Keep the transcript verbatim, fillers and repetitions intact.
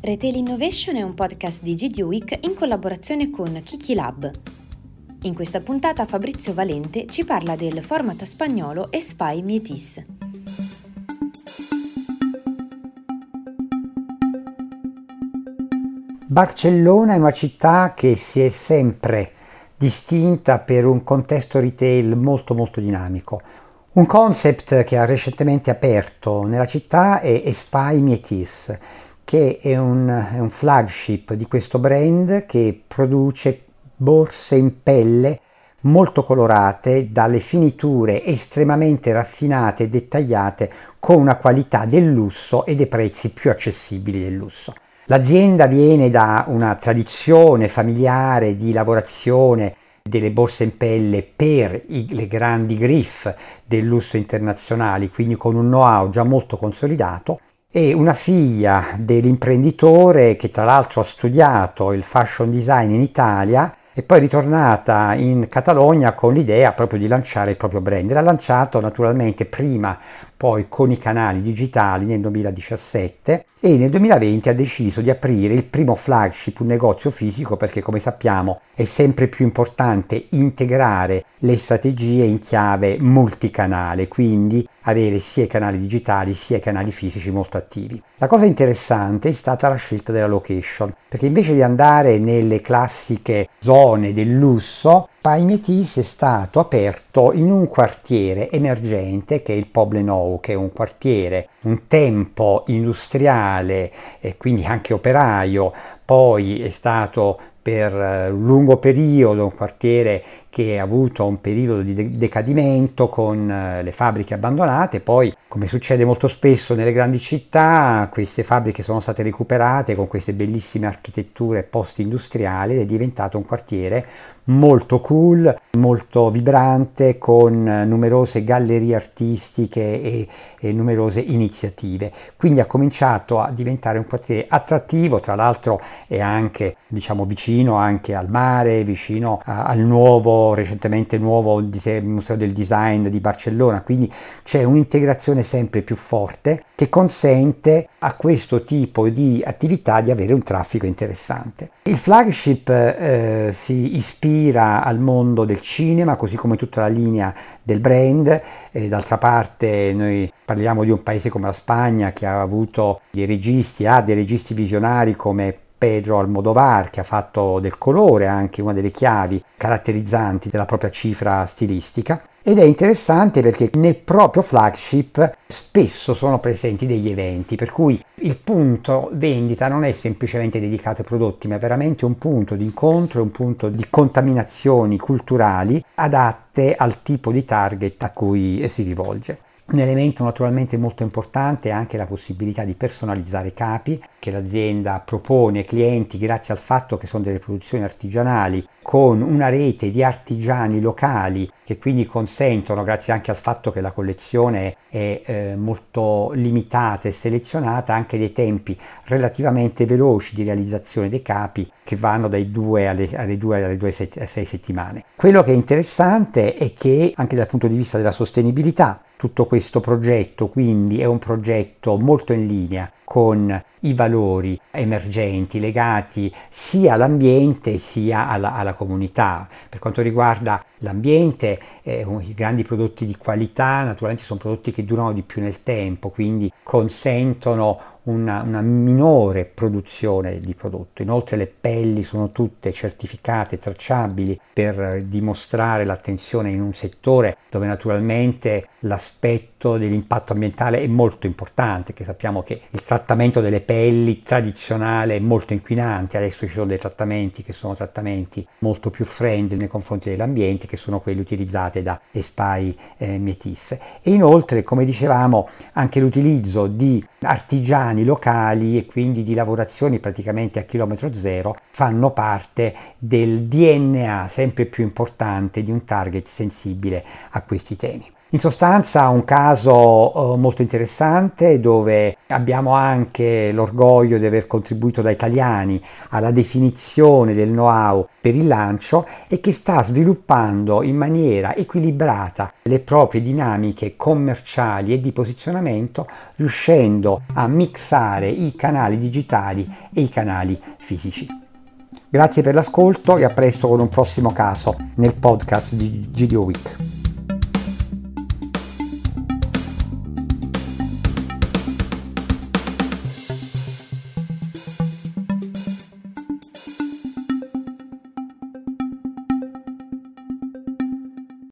Retail Innovation è un podcast di G D Week in collaborazione con Kiki Lab. In questa puntata Fabrizio Valente ci parla del format spagnolo Espai Métis. Barcellona è una città che si è sempre distinta per un contesto retail molto molto dinamico. Un concept che ha recentemente aperto nella città è Espai Métis, che è un, è un flagship di questo brand che produce borse in pelle molto colorate, dalle finiture estremamente raffinate e dettagliate, con una qualità del lusso e dei prezzi più accessibili del lusso. L'azienda viene da una tradizione familiare di lavorazione delle borse in pelle per i, le grandi griffe del lusso internazionali, quindi con un know-how già molto consolidato, e una figlia dell'imprenditore che tra l'altro ha studiato il fashion design in Italia e poi è ritornata in Catalogna con l'idea proprio di lanciare il proprio brand. L'ha lanciato naturalmente prima poi con i canali digitali nel duemiladiciassette e nel duemilaventi ha deciso di aprire il primo flagship, un negozio fisico, perché come sappiamo è sempre più importante integrare le strategie in chiave multicanale, quindi avere sia i canali digitali sia i canali fisici molto attivi. La cosa interessante è stata la scelta della location, perché invece di andare nelle classiche zone del lusso, Espai Métis è stato aperto in un quartiere emergente che è il Poblenou, che è un quartiere un tempo industriale e quindi anche operaio, poi è stato per un lungo periodo un quartiere che ha avuto un periodo di decadimento con le fabbriche abbandonate. Poi, come succede molto spesso nelle grandi città, queste fabbriche sono state recuperate con queste bellissime architetture post-industriali ed è diventato un quartiere molto cool, molto vibrante, con numerose gallerie artistiche e, e numerose iniziative. Quindi ha cominciato a diventare un quartiere attrattivo, tra l'altro è anche, diciamo, vicino anche al mare, vicino a, al nuovo, recentemente nuovo Museo del Design di Barcellona, quindi c'è un'integrazione sempre più forte che consente a questo tipo di attività di avere un traffico interessante. Il flagship eh, si ispira al mondo del cinema, così come tutta la linea del brand, e d'altra parte noi parliamo di un paese come la Spagna che ha avuto dei registi, ha dei registi visionari come Pedro Almodóvar, che ha fatto del colore anche una delle chiavi caratterizzanti della propria cifra stilistica. Ed è interessante perché nel proprio flagship spesso sono presenti degli eventi, per cui il punto vendita non è semplicemente dedicato ai prodotti, ma è veramente un punto di incontro, un punto di contaminazioni culturali adatte al tipo di target a cui si rivolge. Un elemento naturalmente molto importante è anche la possibilità di personalizzare capi che l'azienda propone ai clienti grazie al fatto che sono delle produzioni artigianali, con una rete di artigiani locali che quindi consentono, grazie anche al fatto che la collezione è eh, molto limitata e selezionata, anche dei tempi relativamente veloci di realizzazione dei capi che vanno dai due alle, alle due alle due a sei settimane. Quello che è interessante è che anche dal punto di vista della sostenibilità tutto questo progetto quindi è un progetto molto in linea con i valori emergenti legati sia all'ambiente sia alla, alla comunità. Per quanto riguarda l'ambiente, eh, i grandi prodotti di qualità naturalmente sono prodotti che durano di più nel tempo, quindi consentono una, una minore produzione di prodotto. Inoltre le pelli sono tutte certificate, tracciabili, per dimostrare l'attenzione in un settore dove naturalmente l'aspetto dell'impatto ambientale è molto importante, che sappiamo che il trattamento delle pelli tradizionale è molto inquinante. Adesso ci sono dei trattamenti che sono trattamenti molto più friendly nei confronti dell'ambiente, che sono quelli utilizzati da Espai eh, Métis. E inoltre, come dicevamo, anche l'utilizzo di artigiani locali e quindi di lavorazioni praticamente a chilometro zero fanno parte del D N A sempre più importante di un target sensibile a questi temi. In sostanza un caso eh, molto interessante dove abbiamo anche l'orgoglio di aver contribuito da italiani alla definizione del know-how per il lancio e che sta sviluppando in maniera equilibrata le proprie dinamiche commerciali e di posizionamento, riuscendo a mixare i canali digitali e i canali fisici. Grazie per l'ascolto e a presto con un prossimo caso nel podcast di G D O Week.